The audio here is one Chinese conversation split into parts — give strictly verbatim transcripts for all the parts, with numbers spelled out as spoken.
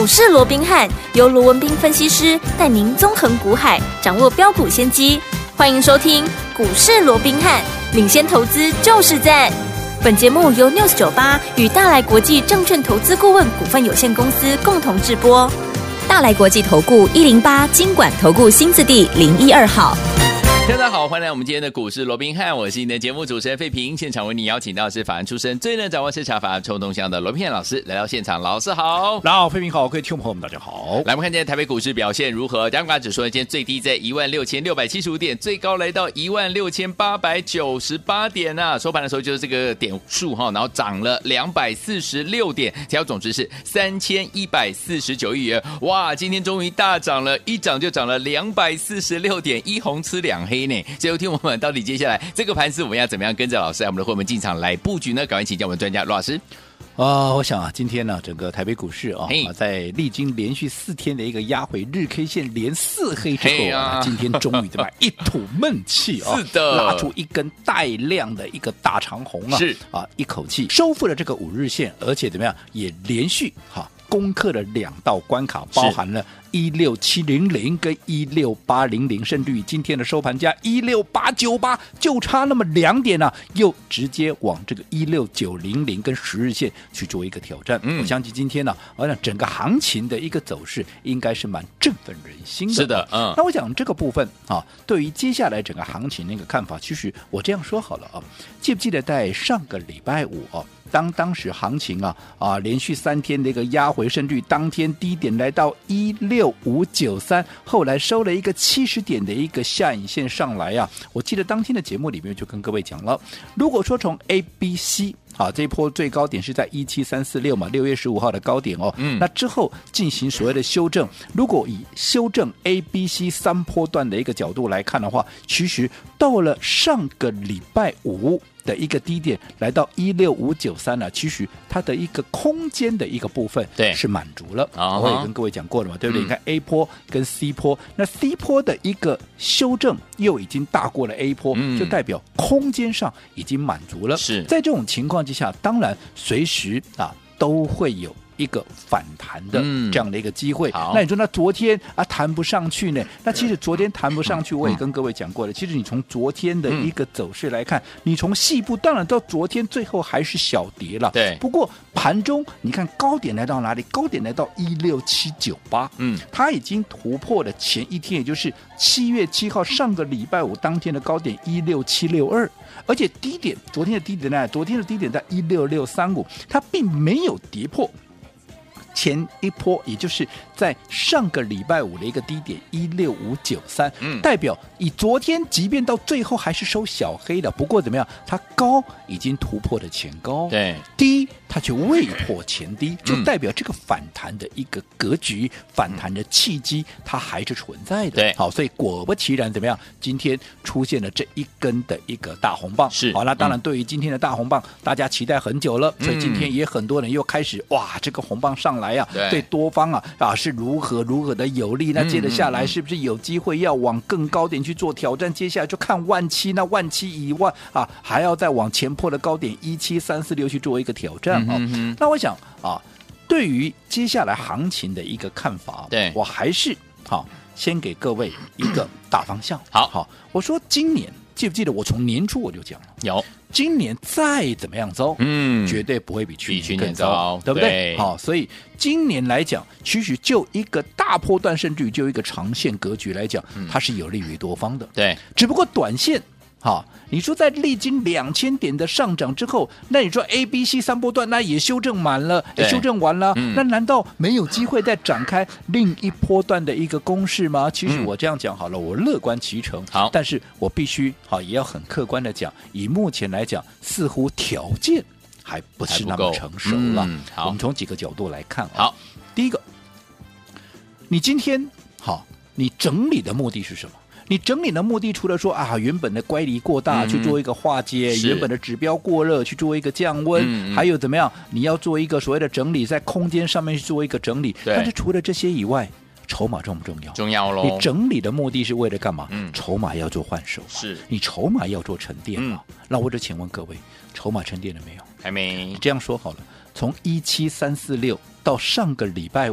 股市罗宾汉由罗文彬分析师带您纵横股海，掌握标股先机。欢迎收听股市罗宾汉，领先投资就是赞。本节目由 News 九十八与大来国际证券投资顾问股份有限公司共同制播。大来国际投顾一零八金管投顾新字第零一二号。 大家好，欢迎来我们今天的股市罗宾汉，我是你的节目主持人费平。现场为你邀请到的是法案出身、最能掌握市场法案冲动向的罗宾汉老师来到现场。老师好。 大家好，费平好，各位听众朋友们大家好。 来，我们看今天台北股市表现如何？加权指数呢，今天最低在一万六千六百七十五点，最高来到一万六千八百九十八点啊。收盘的时候就是这个点数哈，然后涨了两百四十六点，成交总值是三千一百四十九亿元。哇，今天终于大涨了，一涨就涨了两百四十六点，一红吃两黑呢。所以听我们到底接下来这个盘势我们要怎么样跟着老师我们的会员进场来布局呢？赶快请教我们专家罗老师。 呃，我想啊，今天呢，整个台北股市啊，啊在历经连续四天的一个压回，日 K 线连四黑之后啊，今天终于怎么一吐闷气啊， 是的， 拉出一根带量的一个大长红啊， 是啊，一口气收复了这个五日线，而且怎么样，也连续哈攻克了两道关卡，包含了一六七零零跟一六八零零，甚至于今天的收盘价一六八九八，就差那么两点啊，又直接往这个一六九零零跟十日线去做一个挑战。嗯，我相信今天呢，我想整个行情的一个走势应该是蛮振奋人心的。 是的，嗯， 那我想这个部分啊，对于接下来整个行情那个看法，其实我这样说好了啊，记不记得在上个礼拜五啊？当当时行情啊啊连续三天的一个压回，甚至于当天低点来到一六五九三，后来收了一个七十点的一个下影线上来啊。我记得当天的节目里面就跟各位讲了，如果说从 A、B、C 好，这一波最高点是在一七三四六嘛，六月十五号的高点哦。嗯，那之后进行所谓的修正，如果以修正 A、B、C 三波段的一个角度来看的话，其实到了上个礼拜五的一个低点来到一六五九三呢，其实它的一个空间的一个部分对是满足了。Uh-huh. 我也跟各位讲过了嘛，对不对？嗯、你看 A 波跟 C 波，那 C 波的一个修正又已经大过了 A 波，嗯、就代表空间上已经满足了。是在这种情况之下，当然随时啊都会有一个反弹的这样的一个机会、嗯、那你说那昨天啊弹不上去呢？那其实昨天弹不上去，我也跟各位讲过了、嗯、其实你从昨天的一个走势来看、嗯、你从细部当然到昨天最后还是小跌了，对，不过盘中你看高点来到哪里？高点来到一六七九八，嗯，它已经突破了前一天，也就是七月七号上个礼拜五当天的高点一六七六二，而且低点昨天的低点呢？昨天的低点在一六六三五，它并没有跌破前一波，也就是在上个礼拜五的一个低点一六五九三，代表以昨天即便到最后还是收小黑的，不过怎么样，它高已经突破了前高，对，低它却未破前低，就代表这个反弹的一个格局、嗯、反弹的契机它还是存在的。对，好，所以果不其然怎么样，今天出现了这一根的一个大红棒，是好，那当然对于今天的大红棒、嗯、大家期待很久了，所以今天也很多人又开始、嗯、哇，这个红棒上来来啊，对, 对多方啊啊是如何如何的有利，那接着下来是不是有机会要往更高点去做挑战？接下来就看万七，那万七以外啊，还要再往前破的高点一七三四六去做一个挑战啊、嗯。那我想啊，对于接下来行情的一个看法，对我还是好、啊、先给各位一个大方向。好，好，我说今年记不记得我从年初我就讲了，有。今年再怎么样糟，嗯，绝对不会比去年更糟，对不对？好，所以今年来讲，其实就一个大波段，甚至于就一个长线格局来讲，嗯、它是有利于多方的。对，只不过短线。好，你说在历经两千点的上涨之后，那你说 A、B、C 三波段那也修正满了，修正完了、嗯，那难道没有机会再展开另一波段的一个攻势吗？其实我这样讲好了，我乐观其成。好，但是我必须好也要很客观的讲，以目前来讲，似乎条件还不是那么成熟了。嗯、好，我们从几个角度来看、啊。好，第一个，你今天好，你整理的目的是什么？你整理的目的除了说啊，原本的乖离过大、嗯、去做一个化解，原本的指标过热去做一个降温、嗯，还有怎么样？你要做一个所谓的整理，在空间上面去做一个整理。但是除了这些以外，筹码重不重要？重要咯。你整理的目的是为了干嘛？嗯、筹码要做换手嘛，是你筹码要做沉淀嘛、嗯？那我就请问各位，筹码沉淀了没有？还没。你这样说好了，从一七三四六到上个礼拜五。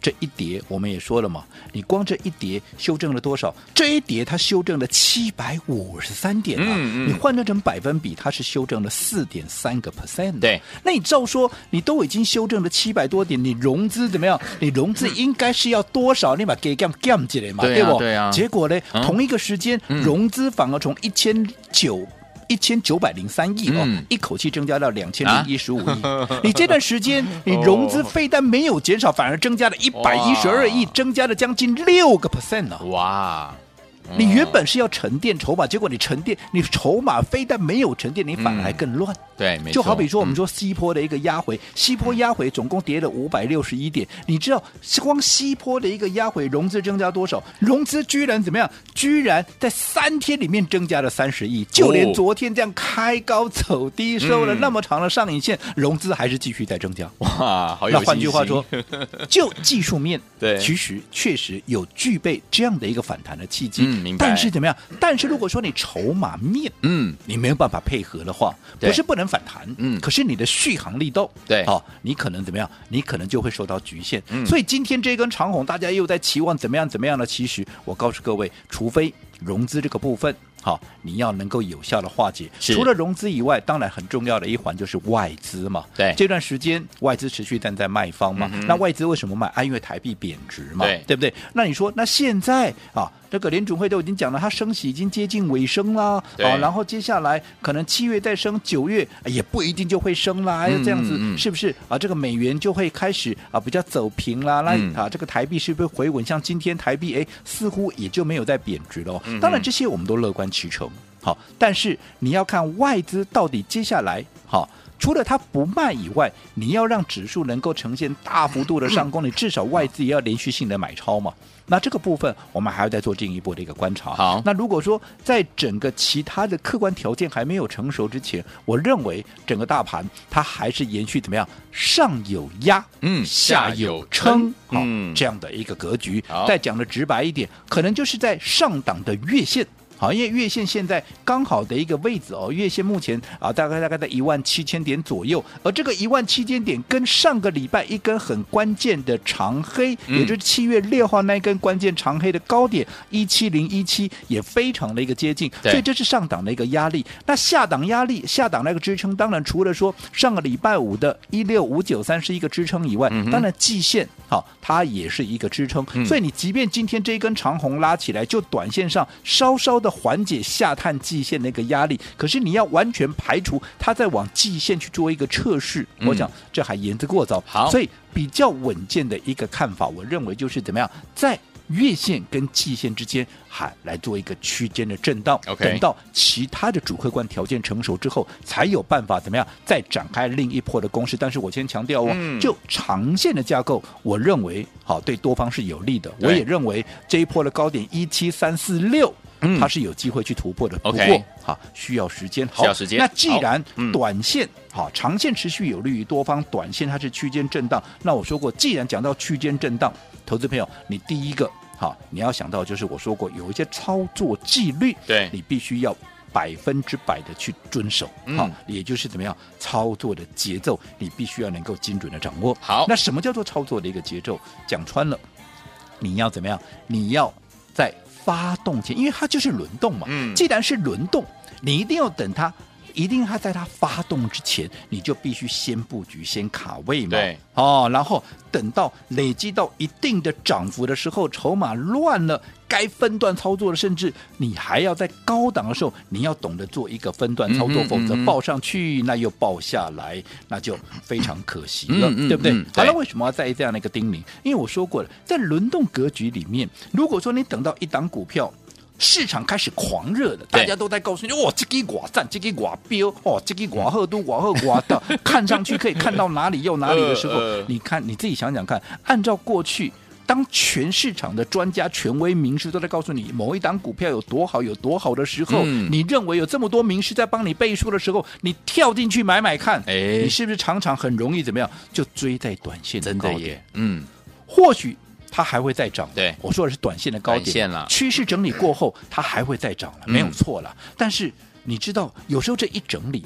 这一跌我们也说了嘛，你光这一跌修正了多少？这一跌它修正了七百五十三点啊， 嗯嗯、 你换算成百分比，它是修正了四点三个 percent。 对， 那你照说你都已经修正了七百多点，你融资怎么样？你融资应该是要多少？你把给降降起来嘛， 对、啊、 不？ 对啊。 结果呢， 嗯、 同一个时间、嗯、融资反而从一千九。一千九百零三亿哦、嗯，一口气增加到两千零一十五亿。啊、你这段时间，你融资非但没有减少，反而增加了一百一十二亿，增加了将近六个 percent 呢。 哇！ 你原本是要沉淀筹码，结果你沉淀，你筹码非但没有沉淀，你反而还更乱。 嗯、对，没错。 就好比说，我们说西坡的一个压回，嗯、西坡压回总共跌了五百六十一点。你知道，光西坡的一个压回，融资增加多少？融资居然怎么样？居然在三天里面增加了三十亿，就连昨天这样开高走低，收了那么长的上影线，嗯、融资还是继续在增加。 哇，好有信心。 那换句话说，就技术面， 对， 其实确实有具备这样的一个反弹的契机。 嗯明白。 但是怎么样？但是如果说你筹码面，嗯，你没有办法配合的话，不是不能反弹，嗯，可是你的续航力道， 对， 哦，你可能怎么样？你可能就会受到局限。嗯，所以今天这根长红，大家又在期望怎么样怎么样呢？其实我告诉各位，除非融资这个部分。好，你要能够有效的化解。除了融资以外，当然很重要的一环就是外资嘛。 对， 这段时间外资持续站在卖方嘛。嗯、那外资为什么卖？啊，因为台币贬值嘛， 对， 对不对？那你说，那现在啊，这个联准会都已经讲了，它升息已经接近尾声啦。啊，然后接下来可能七月再升，九月也不一定就会升啦。嗯、这样子嗯嗯是不是啊？这个美元就会开始啊比较走平啦。那、嗯、啊，这个台币是不是回稳？像今天台币哎，似乎也就没有再贬值了。嗯、当然，这些我们都乐观其成。好，但是你要看外资到底接下来好，除了它不卖以外，你要让指数能够呈现大幅度的上攻，你至少外资也要连续性的买超嘛。那这个部分我们还要再做进一步的一个观察。 好， 那如果说在整个其他的客观条件还没有成熟之前，我认为整个大盘它还是延续怎么样，上有压，嗯，下有撑，嗯，这样的一个格局。再讲的直白一点，可能就是在上档的月线。好，因为月线现在刚好的一个位置哦，月线目前啊大概大概在一万七千点左右，而这个一万七千点跟上个礼拜一根很关键的长黑，嗯、也就是七月六号那一根关键长黑的高点一七零一七也非常的一个接近，所以这是上档的一个压力。那下档压力，下档那个支撑，当然除了说上个礼拜五的一六五九三是一个支撑以外，嗯、当然季线好，它也是一个支撑。嗯、所以你即便今天这一根长红拉起来，就短线上稍稍的缓解下探季线的一个压力，可是你要完全排除它在往季线去做一个测试，嗯、我想这还言之过早。 好， 所以比较稳健的一个看法，我认为就是怎么样，在月线跟季线之间还来做一个区间的震荡， okay. 等到其他的主客观条件成熟之后，才有办法怎么样再展开另一波的攻势。但是我先强调哦，嗯、就长线的架构，我认为好对多方是有利的。我也认为这一波的高点一七三四六。它是有机会去突破的，不过、okay. 好需要时间。好， 需要时间。 那既然短线、嗯、好，长线持续有利于多方，短线它是区间震荡。那我说过，既然讲到区间震荡，投资朋友，你第一个好，你要想到就是我说过有一些操作纪律， 对， 你必须要百分之百的去遵守。 嗯、 好，也就是怎么样操作的节奏，你必须要能够精准的掌握。 好， 那什么叫做操作的一个节奏？讲穿了，你要怎么样？你要在发动前，因为它就是轮动嘛。嗯，既然是轮动，你一定要等它，一定它在它发动之前，你就必须先布局、先卡位嘛。 对， 哦，然后等到累积到一定的涨幅的时候，筹码乱了，该分段操作的，甚至你还要在高档的时候，你要懂得做一个分段操作，嗯、否则报上去那又报下来，那就非常可惜了，嗯、对不对？嗯、好了，为什么要在意这样的一个叮咛？因为我说过了，在轮动格局里面，如果说你等到一档股票市场开始狂热的，大家都在告诉你，哇，这个寡赞，这个寡标，哦，这个寡赫都寡赫寡到，看上去可以看到哪里又哪里的时候，呃呃、你看你自己想想看，按照过去。当全市场的专家、权威名师都在告诉你某一档股票有多好、有多好的时候，嗯、你认为有这么多名师在帮你背书的时候，你跳进去买买看，哎，你是不是常常很容易怎么样就追在短线的高点？嗯，或许它还会再涨。 对， 我说的是短线的高点了， 趋势整理过后，它还会再涨了，没有错了。嗯、但是你知道，有时候这一整理啊。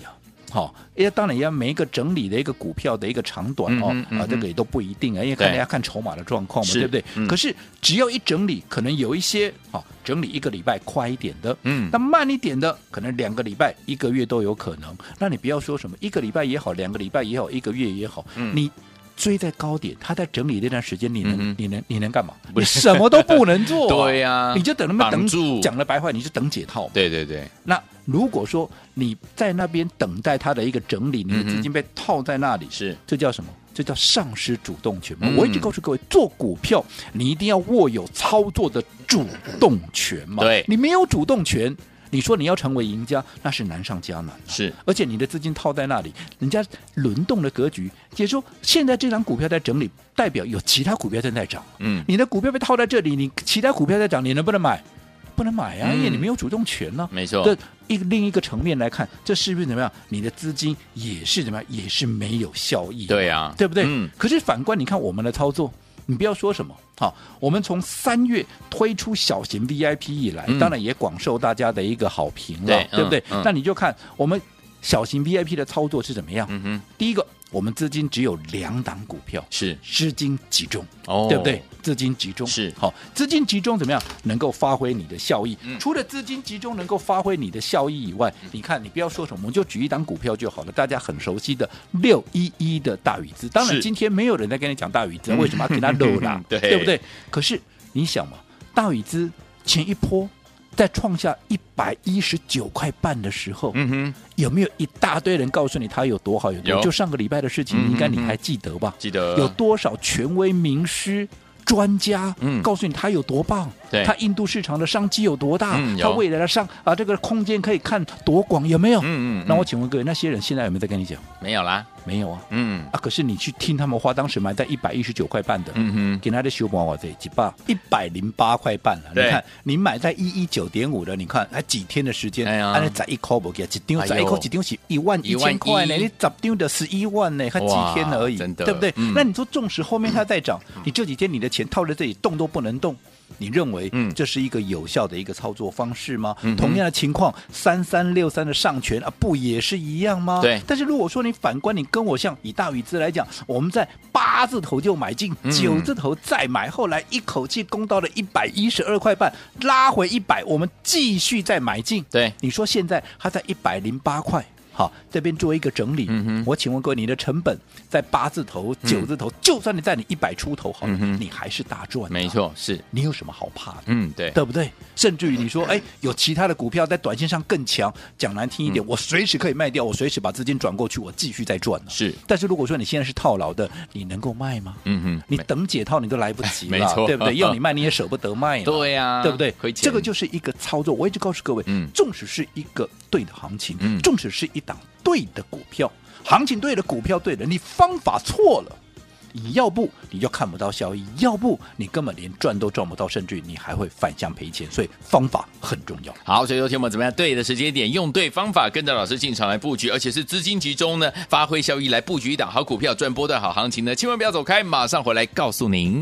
好、哦，也当然也要每一个整理的一个股票的一个长短哦， 嗯嗯、 啊，这个也都不一定啊，因为看大家看筹码的状况嘛，对不对、嗯？可是只要一整理，可能有一些好、哦、整理一个礼拜快一点的，嗯，那慢一点的，可能两个礼拜、一个月都有可能。那你不要说什么一个礼拜也好，两个礼拜也好，一个月也好，嗯、你。追在高点，他在整理那段时间，你能、嗯、你能你能干嘛？你什么都不能做、啊。 对呀、啊， 你就等那么等，讲了白话，你就等解套。 对对对。 那如果说你在那边等待它的一个整理，你的资金被套在那里，是、嗯、这叫什么？这叫丧失主动权嘛、嗯。我一直告诉各位，做股票你一定要握有操作的主动权嘛。 对， 你没有主动权。你说你要成为赢家，那是难上加难、啊。 是， 而且你的资金套在那里，人家轮动的格局，也就是说，现在这张股票在整理，代表有其他股票正在涨。嗯，你的股票被套在这里，你其他股票在涨，你能不能买？不能买啊，嗯、因为你没有主动权呢、啊。 没错。 这一另一个层面来看，这是不是怎么样？你的资金也是怎么样？也是没有效益。 对啊， 对不对？ 嗯。 可是反观你看我们的操作。你不要说什么，好，我们从三月推出小型 V I P 以来，嗯、当然也广受大家的一个好评了，对，对不对、嗯嗯？那你就看我们小型 V I P 的操作是怎么样？嗯哼，第一个，我们资金只有两档股票， 是资金集中， 哦， 对不对？资金集中是好，资金集中怎么样能够发挥你的效益、嗯？除了资金集中能够发挥你的效益以外，嗯、你看你不要说什么，我们就举一档股票就好了，大家很熟悉的六一一的大宇资。当然今天没有人在跟你讲大宇资，为什么要给它漏啦？ 对， 对不对？可是你想嘛，大宇资前一波在创下一百一十九块半的时候，嗯哼，有没有一大堆人告诉你它有多好有多好？就上个礼拜的事情，嗯、应该你还记得吧？ 记得。 有多少权威名师？专家、嗯、告诉你它有多棒，它印度市场的商机有多大，嗯、它未来的商啊这个空间可以看多广，有没有？嗯嗯。那我请问各位，那些人现在有没有在跟你讲？ 没有啦， 没有啊。 嗯啊，可是你去听他们话，当时买在一百一十九块半的，嗯哼，给他的修补我这几把一百零八块半了。你看，你买在一一九点五的，你看才几天的时间，按那宰一口不给，几张宰一口几张是一万一千块呢？你十张的十一万呢？才几天而已， 真的， 对不对？嗯、那你说纵使后面它在涨，你这几天你的钱套在这里动都不能动。你认为这是一个有效的一个操作方式吗？嗯、同样的情况，三三六三的上权啊，不也是一样吗？ 对。 但是如果说你反观，你跟我像以大宇资来讲，我们在八字头就买进，嗯、九字头再买，后来一口气攻到了一百一十二块半，拉回一百，我们继续再买进。 对。 你说现在它在一百零八块。好，这边做一个整理、嗯。我请问各位，你的成本在八字头、九字头，嗯、就算你在你一百出头好了、嗯，你还是大赚。 没错，是你有什么好怕的？ 嗯，对， 对不对？甚至于你说，哎，有其他的股票在短线上更强，讲难听一点、嗯，我随时可以卖掉，我随时把资金转过去，我继续再赚了。 是， 但是如果说你现在是套牢的，你能够卖吗？嗯哼，你等解套你都来不及了， 没错， 对不对？要你卖你也舍不得卖， 对呀、啊， 对不对？这个就是一个操作。我一直告诉各位，嗯，纵使是一个对的行情，嗯，纵使是一档对的股票，行情对了，股票对了，你方法错了，你要不你就看不到效益，要不你根本连赚都赚不到，甚至于你还会反向赔钱。所以方法很重要。 好，所以昨天我们怎么样？对的时间点，用对方法，跟着老师进场来布局，而且是资金集中呢，发挥效益来布局一档好股票，赚波段好行情呢，千万不要走开，马上回来告诉您。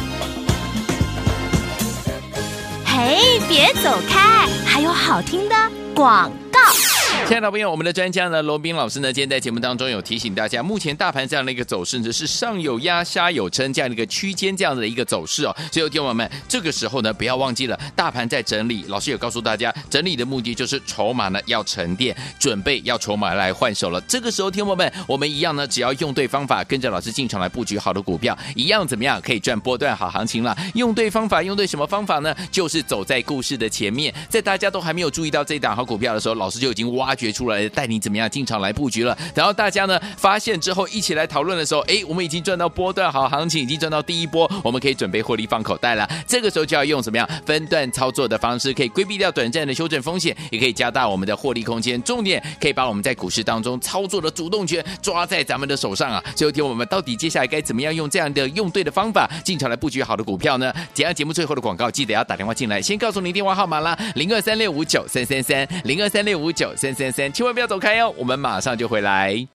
嘿，别走开，还有好听的广告。 亲爱的朋友，我们的专家呢，罗宾老师呢，今天在节目当中有提醒大家，目前大盘这样的一个走势呢，是上有压，下有撑这样的一个区间这样的一个走势哦。所以，听众朋友们，这个时候呢，不要忘记了，大盘在整理。老师有告诉大家，整理的目的就是筹码呢要沉淀，准备要筹码来换手了。这个时候，听众朋友们，我们一样呢，只要用对方法，跟着老师进场来布局好的股票，一样怎么样可以赚波段好行情了？用对方法，用对什么方法呢？就是走在故事的前面，在大家都还没有注意到这一档好股票的时候，老师就已经挖掘出来，带你怎么样进场来布局了。然后大家呢发现之后，一起来讨论的时候，哎，我们已经赚到波段好行情，已经赚到第一波，我们可以准备获利放口袋了。这个时候就要用什么样分段操作的方式，可以规避掉短暂的修正风险，也可以加大我们的获利空间。重点可以把我们在股市当中操作的主动权抓在咱们的手上啊！所以听我们到底接下来该怎么样用这样的用对的方法进场来布局好的股票呢？怎样节目最后的广告记得要打电话进来，先告诉您电话号码啦，零二三六五九三三三，零二三六五九三三三，千万不要走开哦，我们马上就回来。